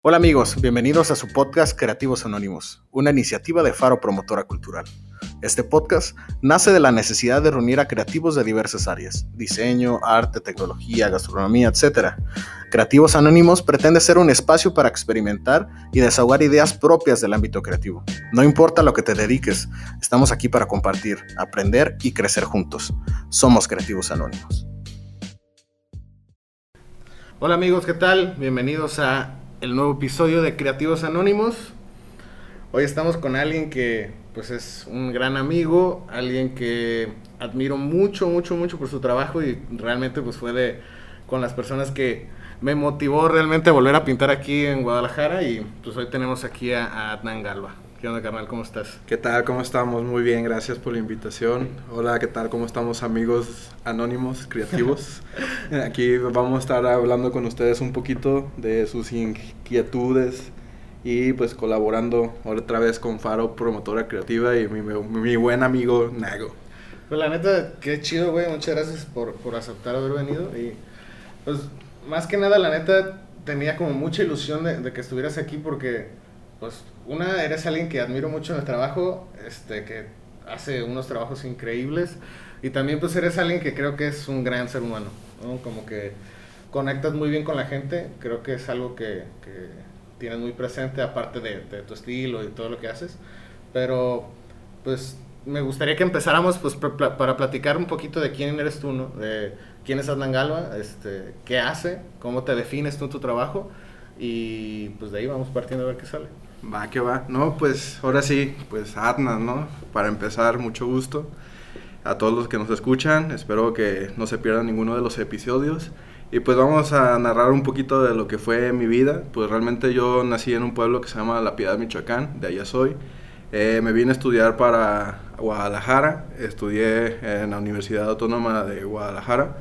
Hola amigos, bienvenidos a su podcast Creativos Anónimos, una iniciativa de Faro Promotora Cultural. Este podcast nace de la necesidad de reunir a creativos de diversas áreas, diseño, arte, tecnología, gastronomía, etc. Creativos Anónimos pretende ser un espacio para experimentar y desahogar ideas propias del ámbito creativo. No importa lo que te dediques, estamos aquí para compartir, aprender y crecer juntos. Somos Creativos Anónimos. Hola amigos, ¿qué tal? Bienvenidos a el nuevo episodio de Creativos Anónimos. Hoy estamos con alguien que pues es un gran amigo, alguien que admiro mucho por su trabajo y realmente pues fue con las personas que me motivó realmente a volver a pintar aquí en Guadalajara. Y pues hoy tenemos aquí a Adnan Galva. ¿Qué onda, carnal? ¿Cómo estás? ¿Qué tal? ¿Cómo estamos? Muy bien, gracias por la invitación. Hola, ¿qué tal? ¿Cómo estamos, amigos anónimos, creativos? Aquí vamos a estar hablando con ustedes un poquito de sus inquietudes y pues colaborando otra vez con Faro Promotora Creativa y mi buen amigo Nago. Pues la neta, qué chido, güey. Muchas gracias por aceptar haber venido. Y pues más que nada, la neta, tenía como mucha ilusión de que estuvieras aquí porque pues una, eres alguien que admiro mucho en el trabajo, que hace unos trabajos increíbles, y también pues eres alguien que creo que es un gran ser humano, ¿no? Como que conectas muy bien con la gente, creo que es algo que tienes muy presente, aparte de tu estilo y todo lo que haces, pero pues me gustaría que empezáramos pues para platicar un poquito de quién eres tú, ¿no? De quién es Adnan Galva, qué hace, cómo te defines tú en tu trabajo, y pues de ahí vamos partiendo a ver qué sale. Va que va. No, pues ahora sí, pues Adnan, ¿no? Para empezar, mucho gusto a todos los que nos escuchan. Espero que no se pierdan ninguno de los episodios. Y pues vamos a narrar un poquito de lo que fue mi vida. Pues realmente yo nací en un pueblo que se llama La Piedad, Michoacán. De allá soy. Me vine a estudiar para Guadalajara. Estudié en la Universidad Autónoma de Guadalajara.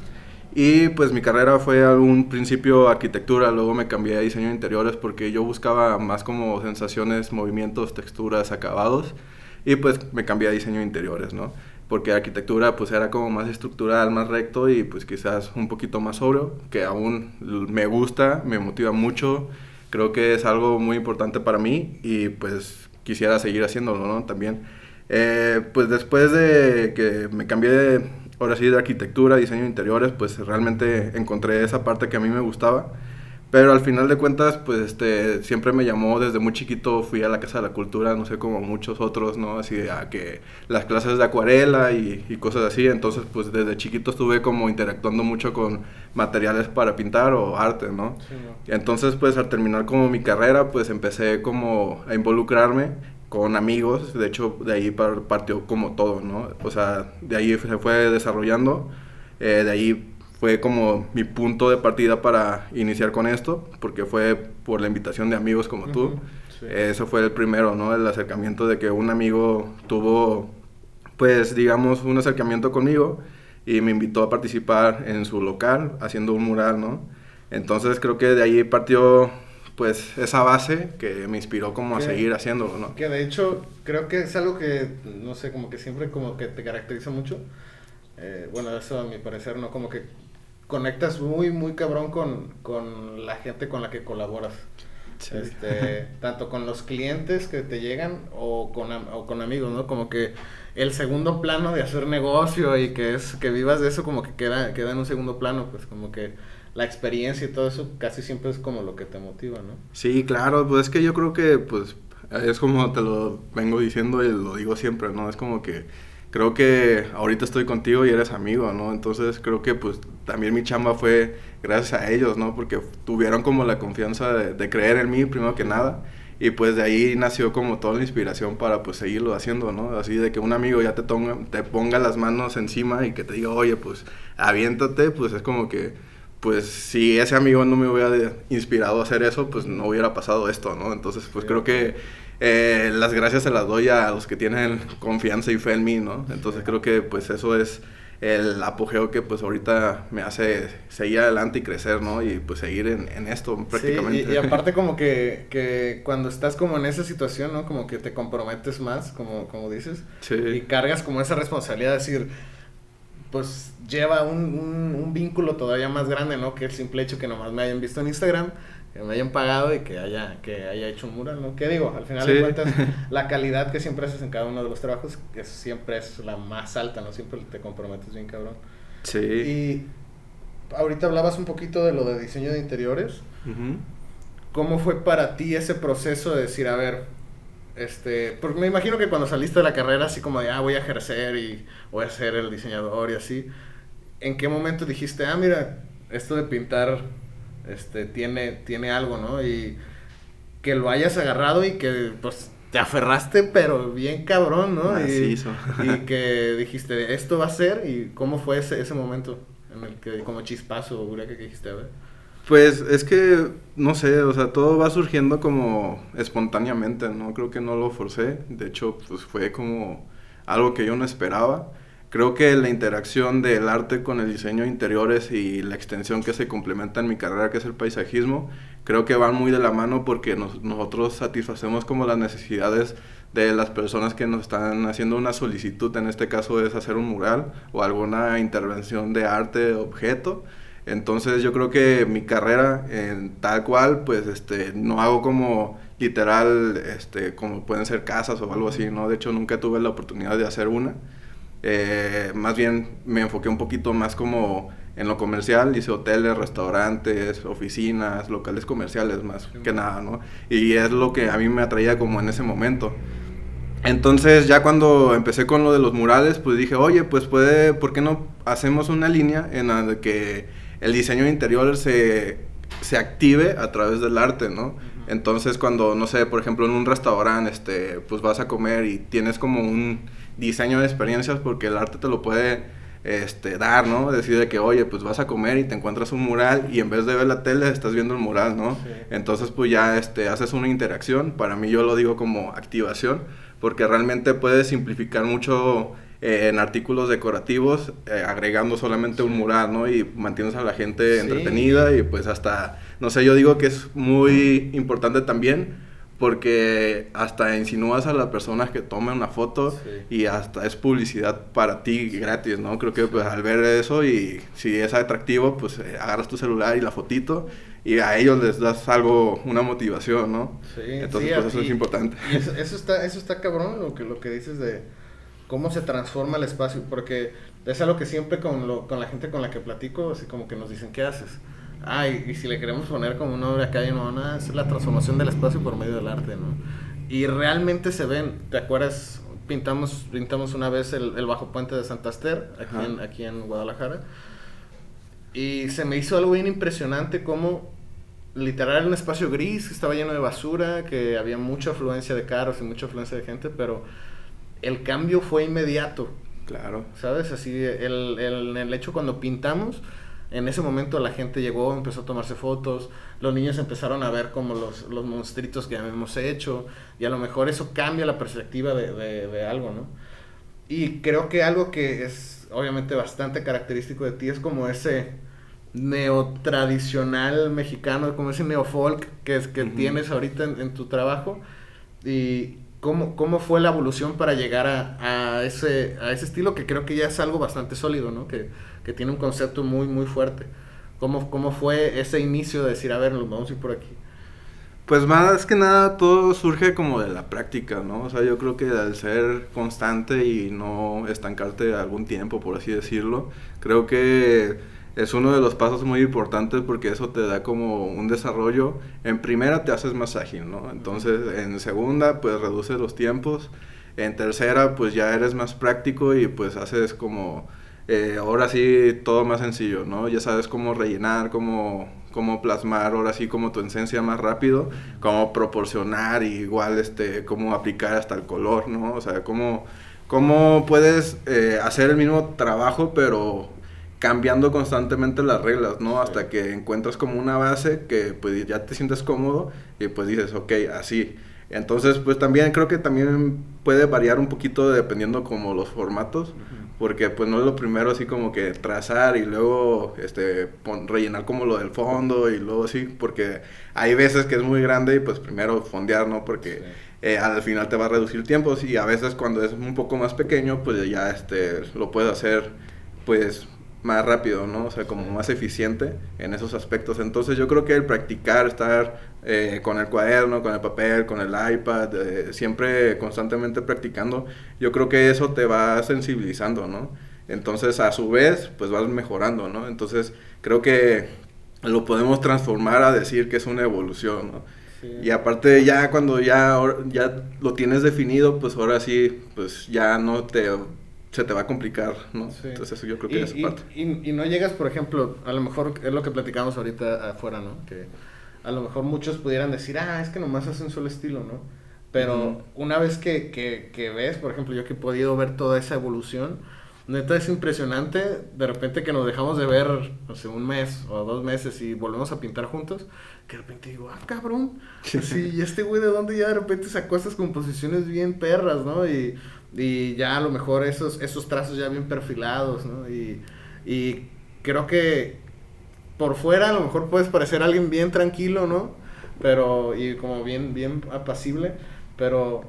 Y pues mi carrera fue al un principio arquitectura, luego me cambié a diseño de interiores porque yo buscaba más como sensaciones, movimientos, texturas, acabados, y pues me cambié a diseño de interiores, ¿no? Porque arquitectura pues era como más estructural, más recto y pues quizás un poquito más sobrio, que aún me gusta, me motiva mucho, creo que es algo muy importante para mí y pues quisiera seguir haciéndolo, ¿no? También. Pues después de que me cambié ahora sí de arquitectura, diseño de interiores, pues realmente encontré esa parte que a mí me gustaba, pero al final de cuentas, pues siempre me llamó desde muy chiquito, fui a la Casa de la Cultura, no sé, como muchos otros, ¿no? Así a que las clases de acuarela y cosas así, entonces pues desde chiquito estuve como interactuando mucho con materiales para pintar o arte, ¿no? Sí, no. Entonces pues al terminar como mi carrera, pues empecé como a involucrarme con amigos, de hecho de ahí partió como todo, ¿no? O sea, de ahí se fue desarrollando, de ahí fue como mi punto de partida para iniciar con esto, porque fue por la invitación de amigos como tú. Sí. Eso fue el primero, ¿no? El acercamiento de que un amigo tuvo, pues digamos, un acercamiento conmigo y me invitó a participar en su local haciendo un mural, ¿no? Entonces creo que de ahí partió pues esa base que me inspiró como a seguir haciéndolo, ¿no? Que de hecho creo que es algo que, no sé, como que siempre como que te caracteriza mucho. Bueno, eso a mi parecer, ¿no? Como que conectas muy cabrón con la gente con la que colaboras. Sí. Tanto con los clientes que te llegan o con amigos, ¿no? Como que el segundo plano de hacer negocio y que vivas de eso como que queda en un segundo plano, pues como que la experiencia y todo eso casi siempre es como lo que te motiva, ¿no? Sí, claro, pues es que yo creo que pues es como te lo vengo diciendo y lo digo siempre, ¿no? Es como que creo que ahorita estoy contigo y eres amigo, ¿no? Entonces creo que pues también mi chamba fue gracias a ellos, ¿no? Porque tuvieron como la confianza de creer en mí primero que nada. Y pues de ahí nació como toda la inspiración para pues seguirlo haciendo, ¿no? Así de que un amigo ya te ponga las manos encima y que te diga, oye, pues aviéntate, pues es como que pues si ese amigo no me hubiera inspirado a hacer eso, pues no hubiera pasado esto, ¿no? Entonces, pues creo que las gracias se las doy a los que tienen confianza y fe en mí, ¿no? Entonces creo que pues eso es el apogeo que pues ahorita me hace seguir adelante y crecer, ¿no? Y pues seguir en esto prácticamente. Sí, y aparte como que cuando estás como en esa situación, ¿no? Como que te comprometes más, como dices. Sí. Y cargas como esa responsabilidad de decir, pues lleva un vínculo todavía más grande, ¿no? Que el simple hecho que nomás me hayan visto en Instagram, que me hayan pagado y que haya hecho un mural, ¿no? ¿Qué digo? Al final Sí. de cuentas, la calidad que siempre haces en cada uno de los trabajos, que siempre es la más alta, ¿no? Siempre te comprometes bien, cabrón. Sí. Y ahorita hablabas un poquito de lo de diseño de interiores. Ujú. ¿Cómo fue para ti ese proceso de decir, a ver, porque me imagino que cuando saliste de la carrera, así como de, voy a ejercer y voy a ser el diseñador y así, ¿en qué momento dijiste, mira, esto de pintar, tiene algo, ¿no? Y que lo hayas agarrado y que, pues, te aferraste, pero bien cabrón, ¿no? Macizo. Y que dijiste, esto va a ser, y ¿cómo fue ese momento en el que, como chispazo, que dijiste, a ver? Pues es que, no sé, o sea, todo va surgiendo como espontáneamente, ¿no? Creo que no lo forcé, de hecho, pues fue como algo que yo no esperaba. Creo que la interacción del arte con el diseño de interiores y la extensión que se complementa en mi carrera, que es el paisajismo, creo que van muy de la mano porque nosotros satisfacemos como las necesidades de las personas que nos están haciendo una solicitud, en este caso es hacer un mural o alguna intervención de arte, objeto. Entonces yo creo que mi carrera tal cual, pues no hago como literal, como pueden ser casas o algo así, ¿no? De hecho nunca tuve la oportunidad de hacer una. Más bien me enfoqué un poquito más como en lo comercial, hice hoteles, restaurantes, oficinas, locales comerciales más que nada, ¿no? Y es lo que a mí me atraía como en ese momento. Entonces ya cuando empecé con lo de los murales, pues dije, oye, pues ¿por qué no hacemos una línea en la que el diseño interior se active a través del arte, ¿no? Uh-huh. Entonces cuando, no sé, por ejemplo en un restaurante, pues vas a comer y tienes como un diseño de experiencias porque el arte te lo puede dar, ¿no? Decir de que, oye, pues vas a comer y te encuentras un mural y en vez de ver la tele estás viendo el mural, ¿no? Sí. Entonces pues ya haces una interacción, para mí yo lo digo como activación, porque realmente puedes simplificar mucho en artículos decorativos, agregando solamente un mural, ¿no? Y mantienes a la gente entretenida y pues hasta, no sé, yo digo que es muy importante también porque hasta insinúas a las personas que tomen una foto y hasta es publicidad para ti gratis, ¿no? Creo que pues al ver eso y si es atractivo, pues agarras tu celular y la fotito y a ellos les das algo, una motivación, ¿no? Sí, entonces pues eso es importante. Y eso está cabrón lo que dices de cómo se transforma el espacio, porque es algo que siempre con la gente con la que platico, así como que nos dicen, ¿qué haces? Y si le queremos poner como una obra acá y no, es la transformación del espacio por medio del arte, ¿no? Y realmente se ven, ¿te acuerdas? Pintamos una vez el bajo puente de Santa Ester, aquí en Guadalajara, y se me hizo algo bien impresionante como literal era un espacio gris, que estaba lleno de basura, que había mucha afluencia de carros y mucha afluencia de gente, pero el cambio fue inmediato. Claro. ¿Sabes? Así, el hecho cuando pintamos, en ese momento la gente llegó, empezó a tomarse fotos, los niños empezaron a ver como los monstruitos que habíamos hecho, y a lo mejor eso cambia la perspectiva de algo, ¿no? Y creo que algo que es obviamente bastante característico de ti es como ese neotradicional mexicano, como ese neofolk que uh-huh. tienes ahorita en tu trabajo, y ¿cómo fue la evolución para llegar a ese estilo que creo que ya es algo bastante sólido, ¿no? Que tiene un concepto muy, muy fuerte. ¿Cómo fue ese inicio de decir, a ver, nos vamos a ir por aquí? Pues más que nada todo surge como de la práctica, ¿no? O sea, yo creo que al ser constante y no estancarte algún tiempo, por así decirlo, creo que es uno de los pasos muy importantes porque eso te da como un desarrollo. En primera te haces más ágil, ¿no? Entonces en segunda pues reduces los tiempos. En tercera pues ya eres más práctico y pues haces como ahora sí todo más sencillo, ¿no? Ya sabes cómo rellenar, cómo plasmar ahora sí como tu esencia más rápido, cómo proporcionar y igual cómo aplicar hasta el color, ¿no? O sea, cómo puedes hacer el mismo trabajo pero cambiando constantemente las reglas, ¿no? Hasta que encuentras como una base que pues ya te sientes cómodo y pues dices, ok, así. Entonces pues también creo que también puede variar un poquito dependiendo como los formatos, uh-huh. Porque pues no es lo primero así como que trazar y luego rellenar como lo del fondo y luego así, porque hay veces que es muy grande y pues primero fondear, ¿no? Porque al final te va a reducir tiempos y a veces cuando es un poco más pequeño pues ya lo puedes hacer pues más rápido, ¿no? O sea, como más eficiente en esos aspectos. Entonces yo creo que el practicar, estar con el cuaderno, con el papel, con el iPad, siempre constantemente practicando, yo creo que eso te va sensibilizando, ¿no? Entonces a su vez, pues vas mejorando, ¿no? Entonces creo que lo podemos transformar a decir que es una evolución, ¿no? Sí. Y aparte ya cuando ya lo tienes definido, pues ahora sí, pues ya no se te va a complicar, ¿no? Sí. Entonces eso yo creo que es parte. Y no llegas, por ejemplo, a lo mejor es lo que platicamos ahorita afuera, ¿no? Que a lo mejor muchos pudieran decir, es que nomás hacen un solo estilo, ¿no? Pero una vez que ves, por ejemplo, yo que he podido ver toda esa evolución, neta es impresionante, de repente que nos dejamos de ver, no sé, un mes o 2 meses y volvemos a pintar juntos, que de repente digo, cabrón, sí, y este güey de dónde ya de repente sacó estas composiciones bien perras, ¿no? Y ya a lo mejor esos trazos ya bien perfilados, ¿no? Y creo que por fuera a lo mejor puedes parecer alguien bien tranquilo, ¿no? Pero, y como bien apacible, pero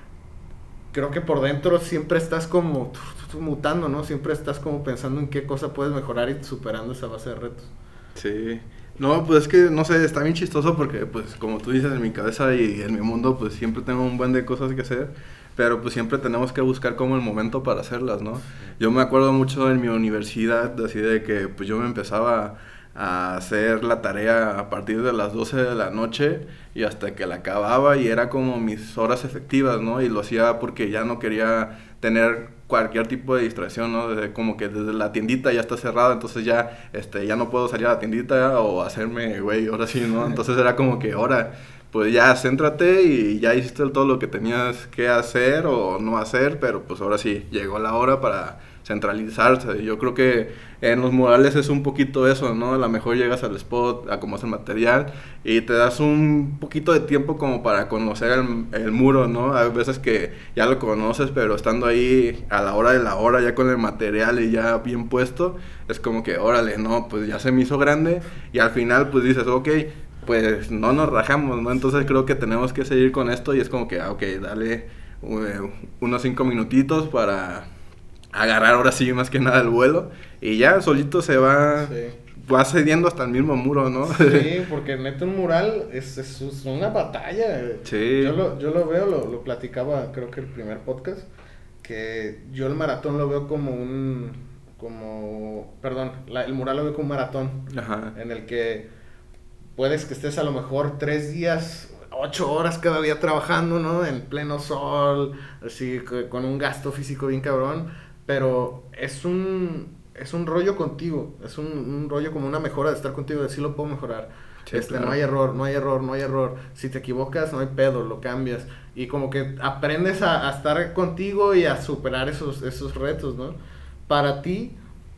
creo que por dentro siempre estás como mutando, ¿no? Siempre estás como pensando en qué cosa puedes mejorar y superando esa base de retos. Sí. No, pues es que, no sé, está bien chistoso porque, pues, como tú dices, en mi cabeza y en mi mundo, pues, siempre tengo un buen de cosas que hacer, pero, pues, siempre tenemos que buscar como el momento para hacerlas, ¿no? Yo me acuerdo mucho en mi universidad, así de que, pues, yo me empezaba a hacer la tarea a partir de las 12 de la noche y hasta que la acababa y era como mis horas efectivas, ¿no? Y lo hacía porque ya no quería tener cualquier tipo de distracción, ¿no? Como que desde la tiendita ya está cerrada, entonces ya, ya no puedo salir a la tiendita o hacerme, güey, ahora sí, ¿no? Entonces era como que, ahora, pues ya céntrate y ya hiciste todo lo que tenías que hacer o no hacer, pero pues ahora sí, llegó la hora para centralizarse. Yo creo que en los murales es un poquito eso, ¿no? A lo mejor llegas al spot, acomodas el material y te das un poquito de tiempo como para conocer el muro, ¿no? Hay veces que ya lo conoces, pero estando ahí a la hora de la hora, ya con el material y ya bien puesto, es como que, órale, no, pues ya se me hizo grande y al final pues dices, ok, pues no nos rajamos, ¿no? Entonces creo que tenemos que seguir con esto y es como que, ok, dale unos 5 minutitos para agarrar ahora sí más que nada el vuelo y ya solito se va, va cediendo hasta el mismo muro, ¿no? Sí, porque neta un mural es una batalla. Sí. Yo lo veo, lo platicaba creo que el primer podcast, que yo el maratón lo veo como el mural lo veo como un maratón. Ajá. En el que puedes que estés a lo mejor 3 días, 8 horas cada día trabajando, ¿no? En pleno sol, así con un gasto físico bien cabrón. Pero es un rollo contigo, es un rollo como una mejora de estar contigo, de sí lo puedo mejorar. Sí, claro. No hay error. Si te equivocas, no hay pedo, lo cambias. Y como que aprendes a estar contigo y a superar esos retos, ¿no? Para ti,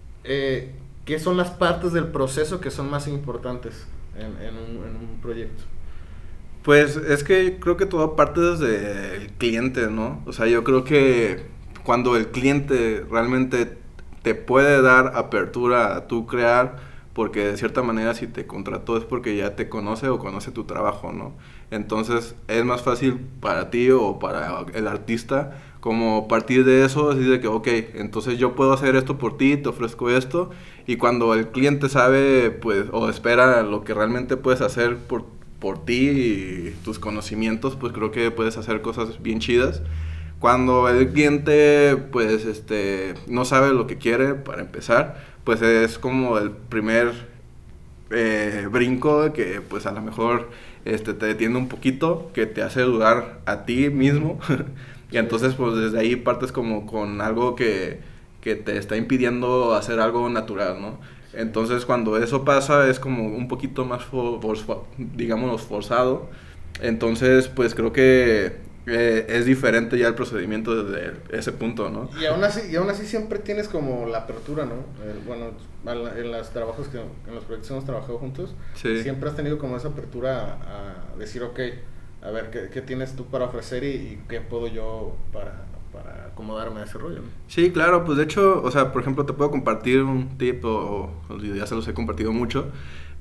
¿qué son las partes del proceso que son más importantes en un proyecto? Pues es que creo que todo parte desde el cliente, ¿no? O sea, yo creo que cuando el cliente realmente te puede dar apertura a tu crear, porque de cierta manera si te contrató es porque ya te conoce o conoce tu trabajo, ¿no? Entonces es más fácil para ti o para el artista como partir de eso, así de que, ok, entonces yo puedo hacer esto por ti, te ofrezco esto, y cuando el cliente sabe, pues, o espera lo que realmente puedes hacer por ti y tus conocimientos, pues creo que puedes hacer cosas bien chidas. Cuando el cliente, pues, no sabe lo que quiere, para empezar, pues es como el primer brinco que, pues, a lo mejor te detiene un poquito, que te hace dudar a ti mismo. Y entonces, pues, desde ahí partes como con algo que te está impidiendo hacer algo natural, ¿no? Entonces, cuando eso pasa, es como un poquito más, digamos, forzado. Entonces, pues, creo que es diferente ya el procedimiento desde ese punto, ¿no? Y aún así siempre tienes como la apertura, ¿no? Bueno, en los trabajos en los proyectos que hemos trabajado juntos, sí, siempre has tenido como esa apertura a decir, ok, a ver, ¿qué tienes tú para ofrecer y qué puedo yo para acomodarme a ese rollo, ¿no? Sí, claro, pues de hecho, o sea, por ejemplo, te puedo compartir un tip, o ya se los he compartido mucho,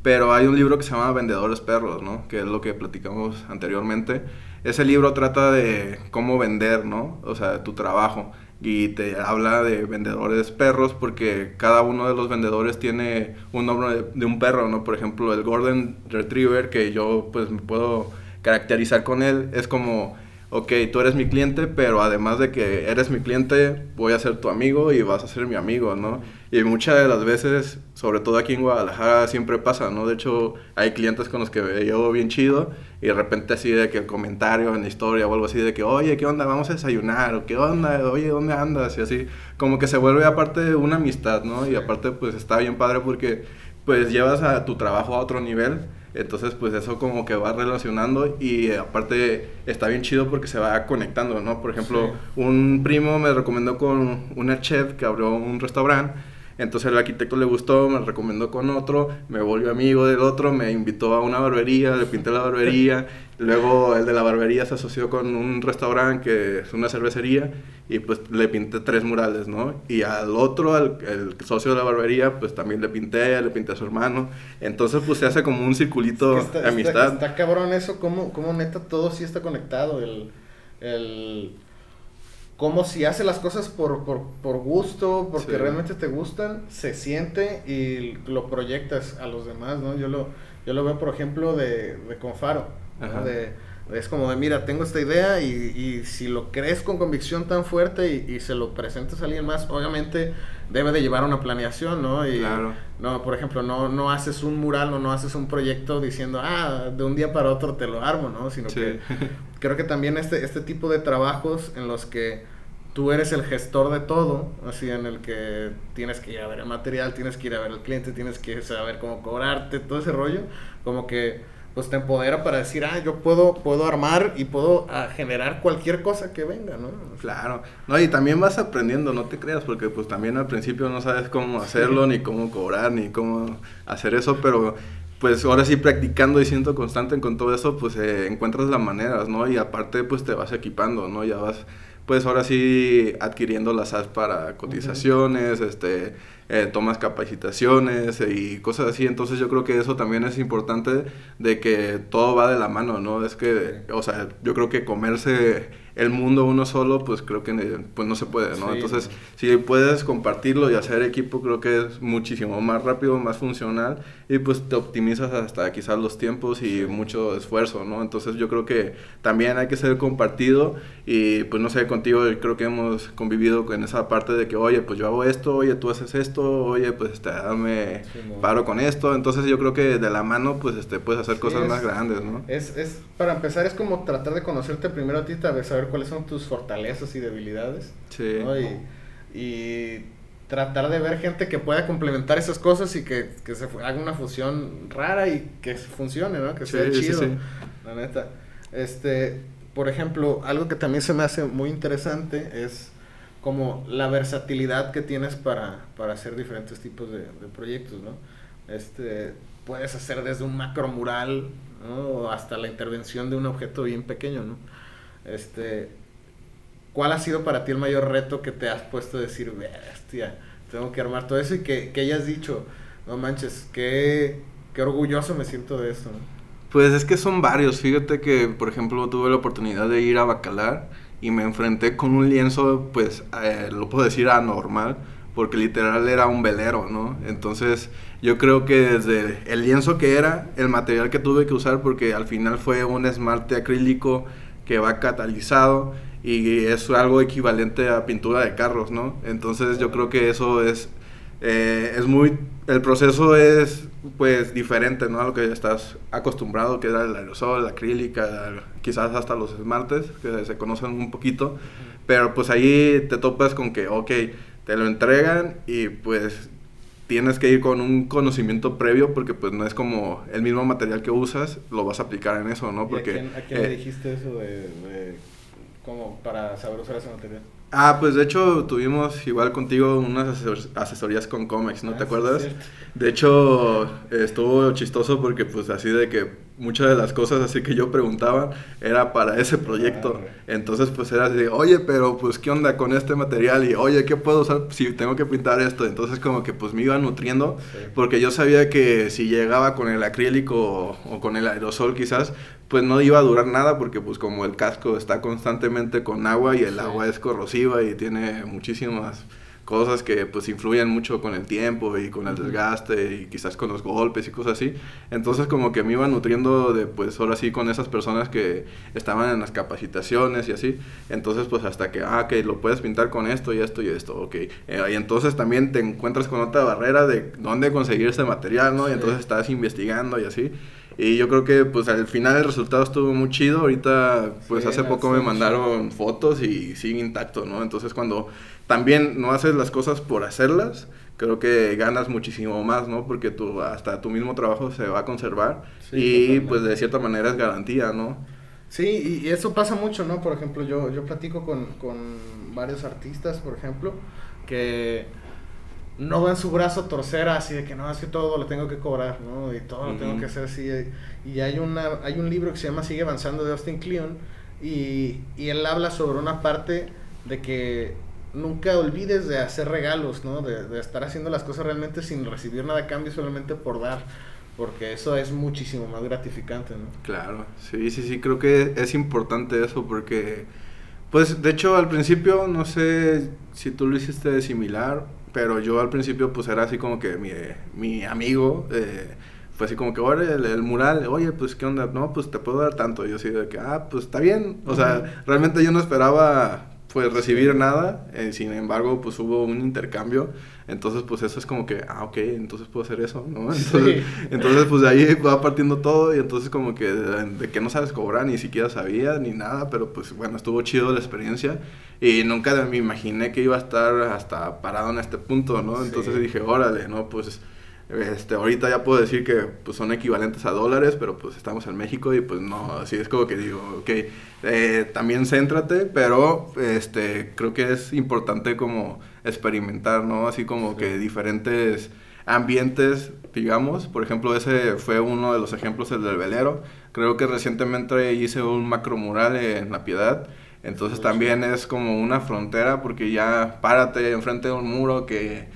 pero hay un libro que se llama Vendedores Perros, ¿no? Que es lo que platicamos anteriormente. Ese libro trata de cómo vender, ¿no? O sea, tu trabajo. Y te habla de vendedores perros porque cada uno de los vendedores tiene un nombre de un perro, ¿no? Por ejemplo, el Golden Retriever, que yo pues me puedo caracterizar con él, es como, ok, tú eres mi cliente, pero además de que eres mi cliente, voy a ser tu amigo y vas a ser mi amigo, ¿no? Y muchas de las veces, sobre todo aquí en Guadalajara, siempre pasa, ¿no? De hecho, hay clientes con los que me llevo bien chido y de repente así de que el comentario en la historia o algo así de que, oye, ¿qué onda? Vamos a desayunar, o ¿qué onda? Oye, ¿dónde andas? Y así, como que se vuelve aparte una amistad, ¿no? Y aparte, pues está bien padre porque, pues llevas a tu trabajo a otro nivel. Entonces, pues eso como que va relacionando y aparte está bien chido porque se va conectando, ¿no? Por ejemplo, un primo me recomendó con una chef que abrió un restaurante. Entonces el arquitecto le gustó, me recomendó con otro, me volvió amigo del otro, me invitó a una barbería, le pinté la barbería, luego el de la barbería se asoció con un restaurante que es una cervecería y pues le pinté 3 murales, ¿no? Y al otro, el socio de la barbería, pues también le pinté a su hermano, entonces pues se hace como un circulito de amistad. Está cabrón eso, como neta todo sí está conectado, como si hace las cosas por gusto, porque realmente te gustan, se siente y lo proyectas a los demás, ¿no? Yo lo veo, por ejemplo, de Confaro, ¿no? Es como de, mira, tengo esta idea y si lo crees con convicción tan fuerte y se lo presentas a alguien más, obviamente debe de llevar una planeación, ¿no? Y claro. No, por ejemplo, no haces un mural o no haces un proyecto diciendo, de un día para otro te lo armo, ¿no? Sino que creo que también este tipo de trabajos en los que tú eres el gestor de todo, así en el que tienes que ir a ver el material, tienes que ir a ver al cliente, tienes que saber cómo cobrarte, todo ese rollo, como que pues te empodera para decir, yo puedo armar y puedo generar cualquier cosa que venga, ¿no? Claro, no, y también vas aprendiendo, no te creas, porque pues también al principio no sabes cómo hacerlo, ni cómo cobrar, ni cómo hacer eso, pero pues ahora sí practicando y siendo constante con todo eso, pues encuentras las maneras, ¿no? Y aparte pues te vas equipando, ¿no? Ya vas, pues ahora sí adquiriendo las apps para cotizaciones, tomas capacitaciones y cosas así. Entonces yo creo que eso también es importante, de que todo va de la mano, ¿no? Es que, o sea, yo creo que comerse el mundo uno solo, pues creo que pues no se puede, ¿no? Entonces, si puedes compartirlo y hacer equipo, creo que es muchísimo más rápido, más funcional y pues te optimizas hasta quizás los tiempos y mucho esfuerzo, ¿no? Entonces yo creo que también hay que ser compartido y pues no sé, contigo creo que hemos convivido con esa parte de que, oye, pues yo hago esto, oye, tú haces esto, oye, pues dame paro con esto. Entonces yo creo que de la mano pues puedes hacer cosas más grandes, ¿no? Es para empezar es como tratar de conocerte primero a ti, saber cuáles son tus fortalezas y debilidades, ¿no? Y tratar de ver gente que pueda complementar esas cosas y que se haga una fusión rara y que funcione, ¿no? Que sea chido, la neta. Por ejemplo, algo que también se me hace muy interesante es como la versatilidad que tienes para hacer diferentes tipos de proyectos, ¿no? Puedes hacer desde un macro mural, ¿no? Hasta la intervención de un objeto bien pequeño, ¿no? ¿Cuál ha sido para ti el mayor reto que te has puesto a decir, bestia, tengo que armar todo eso y que hayas dicho, no manches, qué orgulloso me siento de esto, ¿no? Pues es que son varios. Fíjate que, por ejemplo, tuve la oportunidad de ir a Bacalar y me enfrenté con un lienzo, pues, lo puedo decir anormal, porque literal era un velero, ¿no? Entonces, yo creo que desde el lienzo que era, el material que tuve que usar, porque al final fue un esmalte acrílico que va catalizado y es algo equivalente a pintura de carros, ¿no? Entonces, yo creo que eso es el proceso es pues diferente, ¿no? A lo que estás acostumbrado, que era el aerosol, la acrílica, quizás hasta los esmaltes, que se conocen un poquito, pero pues ahí te topas con que, ok, te lo entregan y pues tienes que ir con un conocimiento previo, porque pues no es como el mismo material que usas, lo vas a aplicar en eso, ¿no? Porque, ¿A quién le dijiste eso de como para saber usar ese material? Pues de hecho tuvimos igual contigo unas asesorías con Comex, ¿no te acuerdas? Sí, de hecho estuvo chistoso porque pues así de que muchas de las cosas así que yo preguntaba era para ese proyecto. Entonces pues era así, oye, pero pues ¿qué onda con este material? Y oye, ¿qué puedo usar si tengo que pintar esto? Entonces como que pues me iba nutriendo, porque yo sabía que si llegaba con el acrílico o con el aerosol quizás, pues no iba a durar nada, porque pues como el casco está constantemente con agua y el agua es corrosiva y tiene muchísimas cosas que pues influyen mucho con el tiempo y con el desgaste y quizás con los golpes y cosas así. Entonces como que me iba nutriendo de pues ahora sí con esas personas que estaban en las capacitaciones y así. Entonces pues hasta que lo puedes pintar con esto y esto y esto, ok. Y entonces también te encuentras con otra barrera de dónde conseguir ese material, ¿no? Y entonces estás investigando y así. Y yo creo que pues al final el resultado estuvo muy chido. Ahorita pues hace poco me mandaron fotos y sigue intacto, ¿no? Entonces cuando también no haces las cosas por hacerlas, creo que ganas muchísimo más, ¿no? Porque hasta tu mismo trabajo se va a conservar y totalmente. Pues de cierta manera es garantía, ¿no? Sí, y eso pasa mucho, ¿no? Por ejemplo, yo platico con varios artistas, por ejemplo, que no dan su brazo a torcer así de que no, es que todo lo tengo que cobrar, ¿no? Y todo lo tengo que hacer así. Y hay un libro que se llama Sigue Avanzando, de Austin Kleon, y él habla sobre una parte de que nunca olvides de hacer regalos, ¿no? De estar haciendo las cosas realmente sin recibir nada a cambio, solamente por dar, porque eso es muchísimo más gratificante, ¿no? Claro, sí, creo que es importante eso, porque pues de hecho al principio, no sé si tú lo hiciste similar, pero yo al principio pues era así como que mi amigo fue así como que, oye, el mural, oye, pues qué onda, no, pues te puedo dar tanto. Y yo así de que, pues está bien, o sea, realmente yo no esperaba pues recibir nada, sin embargo pues hubo un intercambio, entonces pues eso es como que, ok, entonces puedo hacer eso, ¿no? Entonces pues de ahí va partiendo todo, y entonces como que de que no sabes cobrar, ni siquiera sabía, ni nada, pero pues bueno, estuvo chido la experiencia, y nunca me imaginé que iba a estar hasta parado en este punto, ¿no? Entonces dije, órale, ¿no? Pues ahorita ya puedo decir que pues son equivalentes a dólares, pero pues estamos en México y pues no, así es como que digo, ok, también céntrate, pero creo que es importante como experimentar, ¿no? Así como que diferentes ambientes, digamos. Por ejemplo, ese fue uno de los ejemplos, el del velero. Creo que recientemente hice un macromural en La Piedad. Entonces también es como una frontera, porque ya párate enfrente de un muro que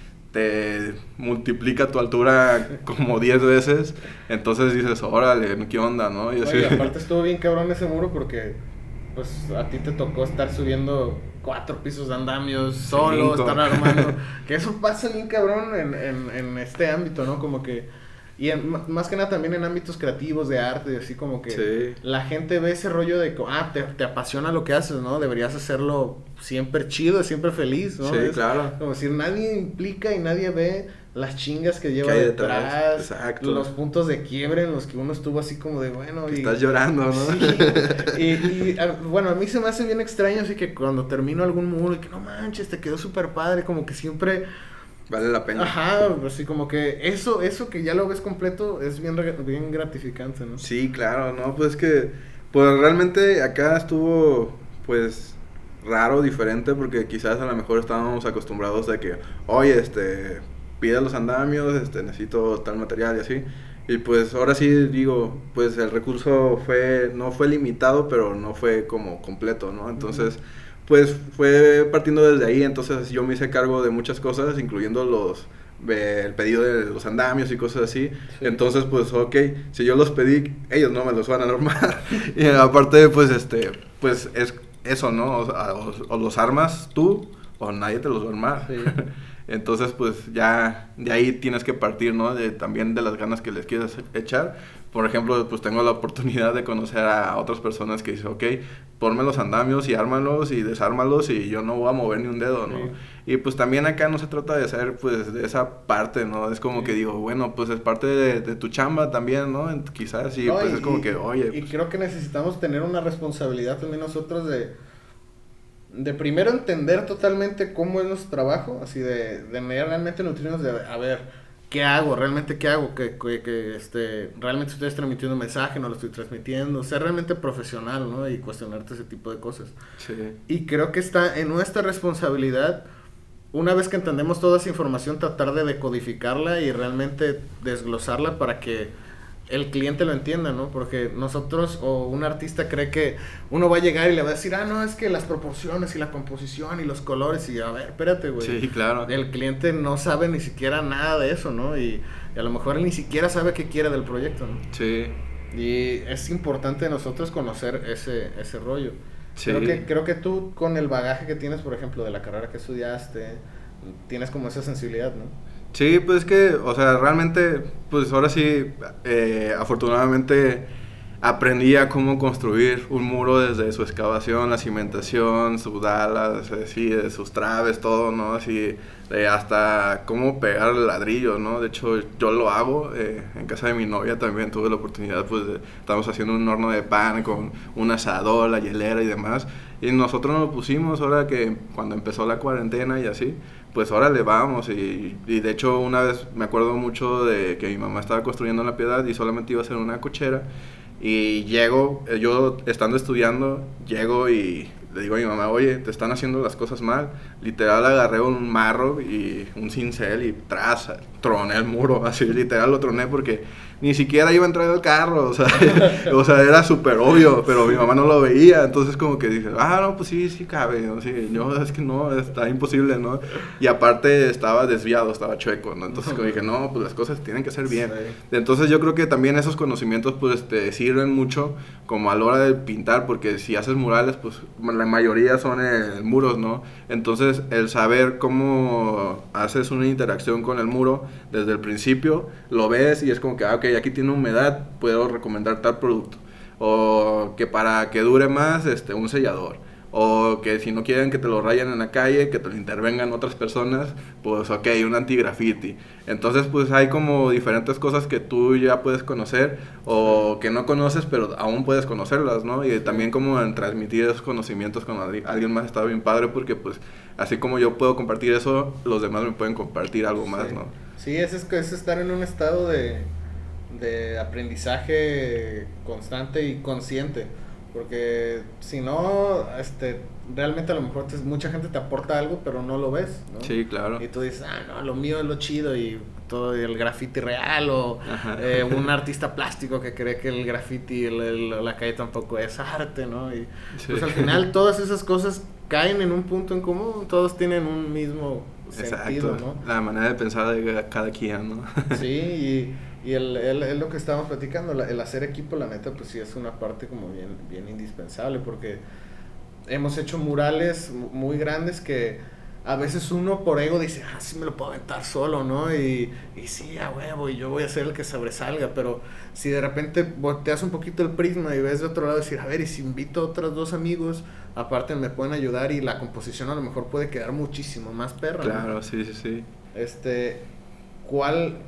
te multiplica tu altura como 10 veces, entonces dices, órale, ¿qué onda, no? Y así. Oye, aparte estuvo bien cabrón ese muro, porque pues a ti te tocó estar subiendo 4 pisos de andamios solo, estar armando, que eso pasa bien cabrón en este ámbito, ¿no? Como que, y más que nada también en ámbitos creativos, de arte, así como que la gente ve ese rollo de, te apasiona lo que haces, ¿no? Deberías hacerlo siempre chido, siempre feliz, ¿no? Sí, claro. Como decir, nadie implica y nadie ve las chingas que lleva detrás, exacto, los puntos de quiebre en los que uno estuvo así como de, bueno... Y estás llorando, ¿no? Sí, bueno, a mí se me hace bien extraño, así que cuando termino algún muro y que no manches, te quedó súper padre, como que siempre... Vale la pena. Ajá, así como que eso que ya lo ves completo es bien gratificante, ¿no? Sí, claro, ¿no? Pues que, pues realmente acá estuvo, pues, raro, diferente, porque quizás a lo mejor estábamos acostumbrados de que, oye, pide los andamios, necesito tal material y así. Y pues ahora sí digo, pues el recurso no fue limitado, pero no fue como completo, ¿no? Entonces... pues fue partiendo desde ahí. Entonces yo me hice cargo de muchas cosas, incluyendo el pedido de los andamios y cosas así. Entonces pues ok, si yo los pedí, ellos no me los van a armar. Y aparte pues pues es eso, ¿no? O los armas tú o nadie te los va a armar. Entonces pues ya de ahí tienes que partir, ¿no? También de las ganas que les quieras echar. Por ejemplo, pues tengo la oportunidad de conocer a otras personas que dicen, ok, ponme los andamios y ármalos y desármalos y yo no voy a mover ni un dedo, ¿no? Y pues también acá no se trata de hacer pues de esa parte, ¿no? Es como que digo, bueno, pues es parte de tu chamba también, ¿no? Quizás, y pues es como que, oye... Y creo que necesitamos tener una responsabilidad también nosotros de primero entender totalmente cómo es nuestro trabajo, así de realmente nutrirnos de, a ver... ¿Qué hago? ¿Realmente qué hago? Que realmente estoy transmitiendo un mensaje, no lo estoy transmitiendo. Ser realmente profesional, ¿no? Y cuestionarte ese tipo de cosas. Sí. Y creo que está en nuestra responsabilidad, una vez que entendemos toda esa información, tratar de decodificarla y realmente desglosarla para que el cliente lo entienda, ¿no? Porque nosotros o un artista cree que uno va a llegar y le va a decir, no, es que las proporciones y la composición y los colores y a ver, espérate, güey. Sí, claro. El cliente no sabe ni siquiera nada de eso, ¿no? Y a lo mejor él ni siquiera sabe qué quiere del proyecto, ¿no? Sí. Y es importante nosotros conocer ese rollo. Sí. Creo que tú, con el bagaje que tienes, por ejemplo, de la carrera que estudiaste, tienes como esa sensibilidad, ¿no? Sí, pues que, o sea, realmente, pues ahora sí, afortunadamente aprendí a cómo construir un muro desde su excavación, la cimentación, sus dalas, así, de sus traves, todo, ¿no? Así, hasta cómo pegar el ladrillo, ¿no? De hecho, yo lo hago, en casa de mi novia también tuve la oportunidad, pues, estamos haciendo un horno de pan con un asador, la hielera y demás, y nosotros nos lo pusimos ahora que cuando empezó la cuarentena y así, pues órale, vamos, y de hecho una vez me acuerdo mucho de que mi mamá estaba construyendo en La Piedad y solamente iba a hacer una cochera, y llego, yo estando estudiando, llego y le digo a mi mamá, oye, te están haciendo las cosas mal. Literal agarré un marro y un cincel y troné el muro, así literal lo troné porque ni siquiera iba a entrar el carro, o sea, era súper obvio, pero mi mamá no lo veía, entonces como que dije, no, pues sí cabe, ¿no? Sí, yo, es que no, está imposible, ¿no? Y aparte estaba desviado, estaba chueco, ¿no? Entonces como dije, no, pues las cosas tienen que ser bien. Sí. Entonces yo creo que también esos conocimientos pues te sirven mucho como a la hora de pintar, porque si haces murales, pues la mayoría son muros, ¿no? Entonces el saber cómo haces una interacción con el muro desde el principio, lo ves y es como que, ok, aquí tiene humedad, puedo recomendar tal producto. O que para que dure más, un sellador. O que si no quieren que te lo rayen en la calle, que te lo intervengan otras personas, pues ok, un anti-graffiti. Entonces pues hay como diferentes cosas que tú ya puedes conocer o que no conoces, pero aún puedes conocerlas, ¿no? Y también como en transmitir esos conocimientos con alguien más está bien padre, porque pues así como yo puedo compartir eso, los demás me pueden compartir algo más, ¿no? Sí, es estar en un estado de aprendizaje constante y consciente, porque si no, realmente a lo mejor mucha gente te aporta algo, pero no lo ves, ¿no? Sí, claro. Y tú dices, no, lo mío es lo chido y todo el graffiti real, o un artista plástico que cree que el graffiti, la calle tampoco es arte, ¿no? Y pues al final todas esas cosas caen en un punto en común, todos tienen un mismo sentido, ¿no? La manera de pensar de cada quien, ¿no? Sí, y es lo que estábamos platicando, el hacer equipo, la neta, pues sí es una parte como bien indispensable, porque hemos hecho murales muy grandes que a veces uno por ego dice, sí me lo puedo aventar solo, ¿no? Y sí, a huevo, y yo voy a ser el que sobresalga, pero si de repente volteas un poquito el prisma y ves de otro lado, decir, a ver, y si invito a otros 2 amigos, aparte me pueden ayudar y la composición a lo mejor puede quedar muchísimo más perra, claro, ¿no? sí. ¿Cuál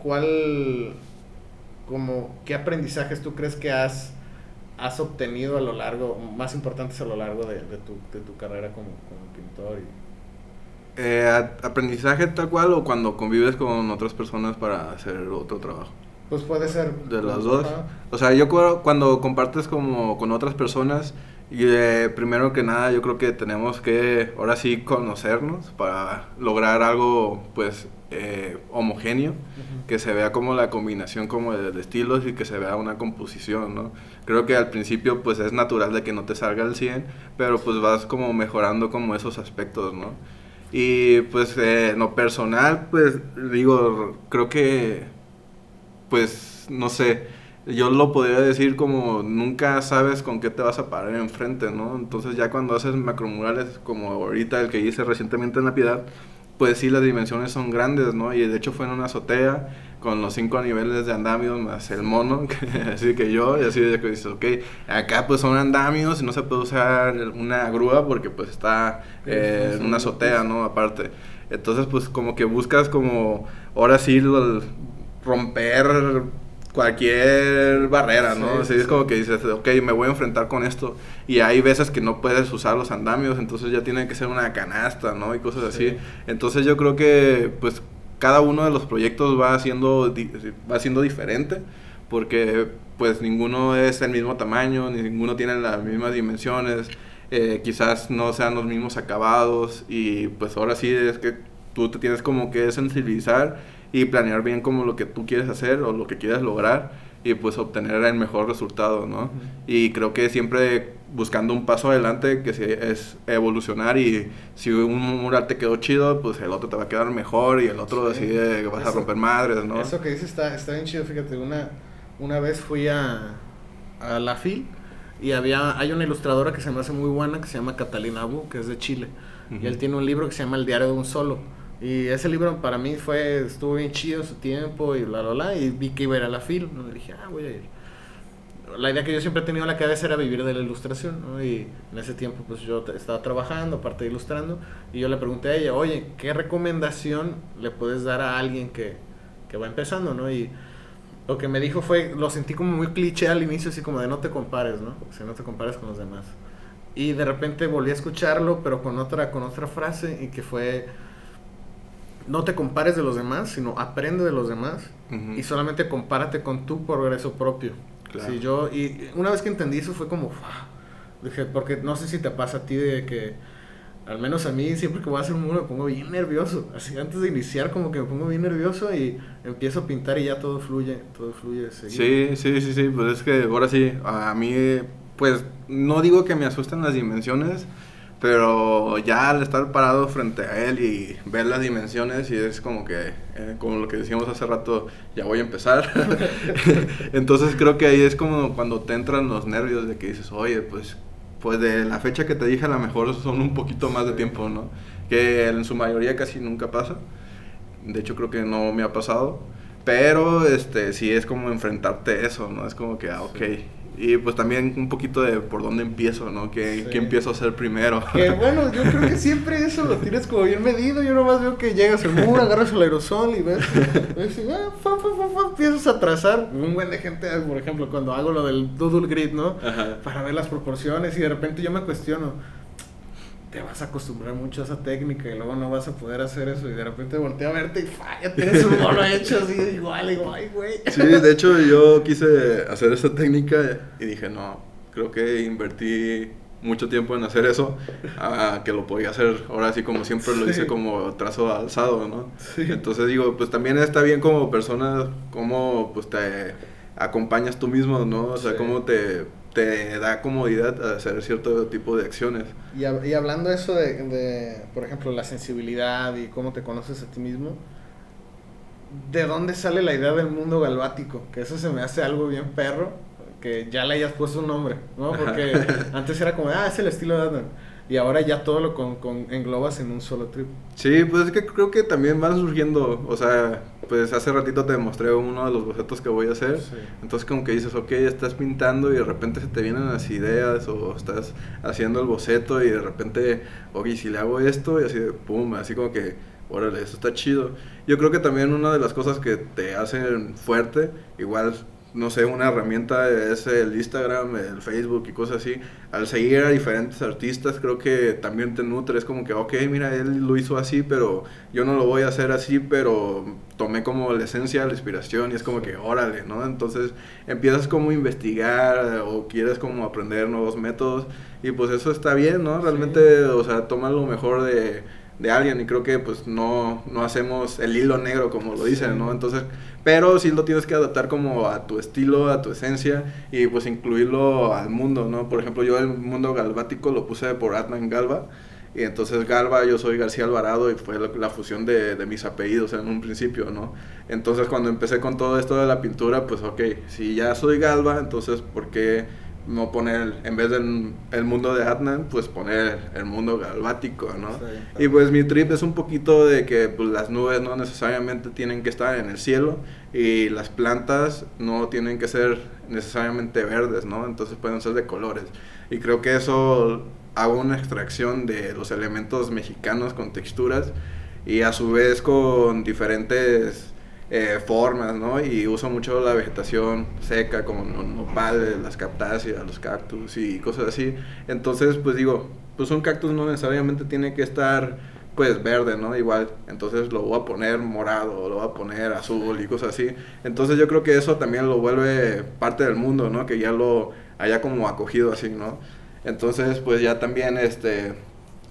como qué aprendizajes tú crees que has obtenido a lo largo, más importantes a lo largo de tu carrera como pintor? ¿Aprendizaje tal cual o cuando convives con otras personas para hacer otro trabajo? Pues puede ser de las dos. O sea, yo cuando compartes como con otras personas, primero que nada yo creo que tenemos que ahora sí conocernos para lograr algo pues homogéneo, que se vea como la combinación como de estilos y que se vea una composición, ¿no? Creo que al principio pues es natural de que no te salga al 100, pero pues vas como mejorando como esos aspectos, ¿no? Y pues lo personal pues digo, creo que pues no sé, yo lo podría decir como nunca sabes con qué te vas a parar enfrente, ¿no? Entonces ya cuando haces macromurales como ahorita el que hice recientemente en La Piedad, pues sí, las dimensiones son grandes, ¿no? Y de hecho fue en una azotea con los 5 niveles de andamios más el mono, así que yo, y así de que dices, ok, acá pues son andamios y no se puede usar una grúa porque pues está en una azotea, ¿no? Aparte. Entonces pues como que buscas como, ahora sí, romper cualquier barrera, ¿no? Así es como que dices, ok, me voy a enfrentar con esto, y hay veces que no puedes usar los andamios, entonces ya tiene que ser una canasta, ¿no? Y cosas así. Entonces yo creo que pues cada uno de los proyectos va siendo diferente, porque pues ninguno es el mismo tamaño, ni ninguno tiene las mismas dimensiones, quizás no sean los mismos acabados, y pues ahora sí es que tú te tienes como que sensibilizar y planear bien como lo que tú quieres hacer o lo que quieres lograr, y pues obtener el mejor resultado, ¿no? Y creo que siempre buscando un paso adelante, que es evolucionar, y si un mural te quedó chido, pues el otro te va a quedar mejor, y el otro así de que vas a romper madres, ¿no? Eso que dices está bien chido, fíjate, una vez fui a la FIL, y hay una ilustradora que se me hace muy buena, que se llama Catalina Abu, que es de Chile, y él tiene un libro que se llama El diario de un solo, y ese libro para mí estuvo bien chido su tiempo, y y vi que iba a ir a la FIL, ¿no? Y dije, voy a ir. La idea que yo siempre he tenido en la cabeza era vivir de la ilustración, ¿no? Y en ese tiempo pues yo estaba trabajando, aparte de ilustrando, y yo le pregunté a ella, oye, ¿qué recomendación le puedes dar a alguien que va empezando, ¿no? Y lo que me dijo lo sentí como muy cliché al inicio, así como de no te compares, ¿no? O sea, no te compares con los demás. Y de repente volví a escucharlo, pero con otra frase, y que fue, no te compares de los demás, sino aprende de los demás, y solamente compárate con tu progreso propio. Claro. Sí, y una vez que entendí eso fue como, dije, porque no sé si te pasa a ti de que, al menos a mí, siempre que voy a hacer un muro me pongo bien nervioso, así antes de iniciar como que me pongo bien nervioso y empiezo a pintar y ya todo fluye seguido. Sí, pues es que ahora sí, a mí, pues no digo que me asusten las dimensiones, pero ya al estar parado frente a él y ver las dimensiones, y es como que, como lo que decíamos hace rato, ya voy a empezar. Entonces creo que ahí es como cuando te entran los nervios de que dices, oye, pues de la fecha que te dije a lo mejor son un poquito más de tiempo, ¿no? Que en su mayoría casi nunca pasa. De hecho creo que no me ha pasado. Pero sí es como enfrentarte a eso, ¿no? Es como que, ok. Y pues también un poquito de por dónde empiezo, ¿no? ¿Qué empiezo a hacer primero? Que bueno, yo creo que siempre eso lo tienes como bien medido. Yo nomás veo que llegas al muro, agarras el aerosol y ves empiezas a trazar. Un buen de gente, por ejemplo, cuando hago lo del doodle grid, ¿no? Ajá. Para ver las proporciones, y de repente yo me cuestiono, te vas a acostumbrar mucho a esa técnica y luego no vas a poder hacer eso, y de repente volteo a verte y ya tienes un mono hecho así igual, ay güey. Sí, de hecho yo quise hacer esa técnica y dije, no, creo que invertí mucho tiempo en hacer eso, que lo podía hacer ahora sí como siempre lo hice, como trazo alzado, ¿no? Sí. Entonces digo, pues también está bien como persona, como pues te acompañas tú mismo, ¿no? O sea, cómo te da comodidad a hacer cierto tipo de acciones. Y hablando eso de, por ejemplo, la sensibilidad y cómo te conoces a ti mismo, ¿de dónde sale la idea del mundo galvático? Que eso se me hace algo bien perro, que ya le hayas puesto un nombre, ¿no? Porque antes era como, es el estilo de Adnan. Y ahora ya todo lo englobas en un solo trip. Sí, pues es que creo que también van surgiendo, o sea, pues hace ratito te mostré uno de los bocetos que voy a hacer, entonces como que dices, ok, estás pintando y de repente se te vienen las ideas, o estás haciendo el boceto y de repente, ok, si le hago esto, y así de pum, así como que, órale, eso está chido. Yo creo que también una de las cosas que te hacen fuerte, igual, no sé, una herramienta es el Instagram, el Facebook y cosas así. Al seguir a diferentes artistas, creo que también te nutre. Es como que, ok, mira, él lo hizo así, pero yo no lo voy a hacer así, pero tomé como la esencia, la inspiración, y es como que, órale, ¿no? Entonces empiezas como a investigar, o quieres como aprender nuevos métodos, y pues eso está bien, ¿no? Realmente, o sea, toma lo mejor de alguien, y creo que pues no hacemos el hilo negro como lo dicen, ¿no? Entonces, pero sí lo tienes que adaptar como a tu estilo, a tu esencia, y pues incluirlo al mundo, ¿no? Por ejemplo, yo el mundo galvático lo puse por Adnan Galva, y entonces Galva, yo soy García Alvarado, y fue la fusión de mis apellidos en un principio, ¿no? Entonces cuando empecé con todo esto de la pintura, pues ok, si ya soy Galva, entonces ¿por qué no poner, en vez del el mundo de Adnan, pues poner el mundo galvático, ¿no? Sí. Y pues mi trip es un poquito de que pues las nubes no necesariamente tienen que estar en el cielo, y las plantas no tienen que ser necesariamente verdes, ¿no? Entonces pueden ser de colores, y creo que eso hago una extracción de los elementos mexicanos con texturas, y a su vez con diferentes formas, ¿no? Y uso mucho la vegetación seca, como nopales, las cactáceas, los cactus y cosas así. Entonces, pues digo, pues un cactus no necesariamente tiene que estar, pues, verde, ¿no? Igual, entonces lo voy a poner morado, lo voy a poner azul y cosas así. Entonces yo creo que eso también lo vuelve parte del mundo, ¿no? Que ya lo haya como acogido así, ¿no? Entonces, pues ya también,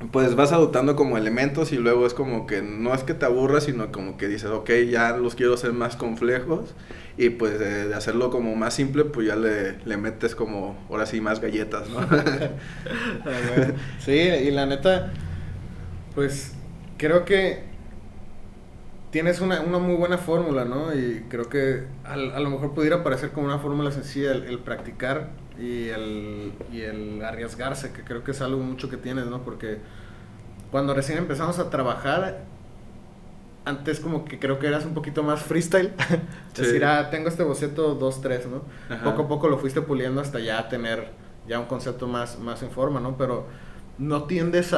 pues vas adoptando como elementos y luego es como que no es que te aburras, sino como que dices, ok, ya los quiero hacer más complejos y pues de hacerlo como más simple, pues ya le metes como, ahora sí, más galletas, ¿no? Sí, y la neta, pues creo que tienes una muy buena fórmula, ¿no? Y creo que a lo mejor pudiera parecer como una fórmula sencilla el practicar y el arriesgarse, que creo que es algo mucho que tienes, ¿no? Porque cuando recién empezamos a trabajar, antes como que creo que eras un poquito más freestyle. Sí. Decir, tengo este boceto 2 3, ¿no? Ajá. Poco a poco lo fuiste puliendo hasta ya tener ya un concepto más en forma, ¿no? Pero no tiendes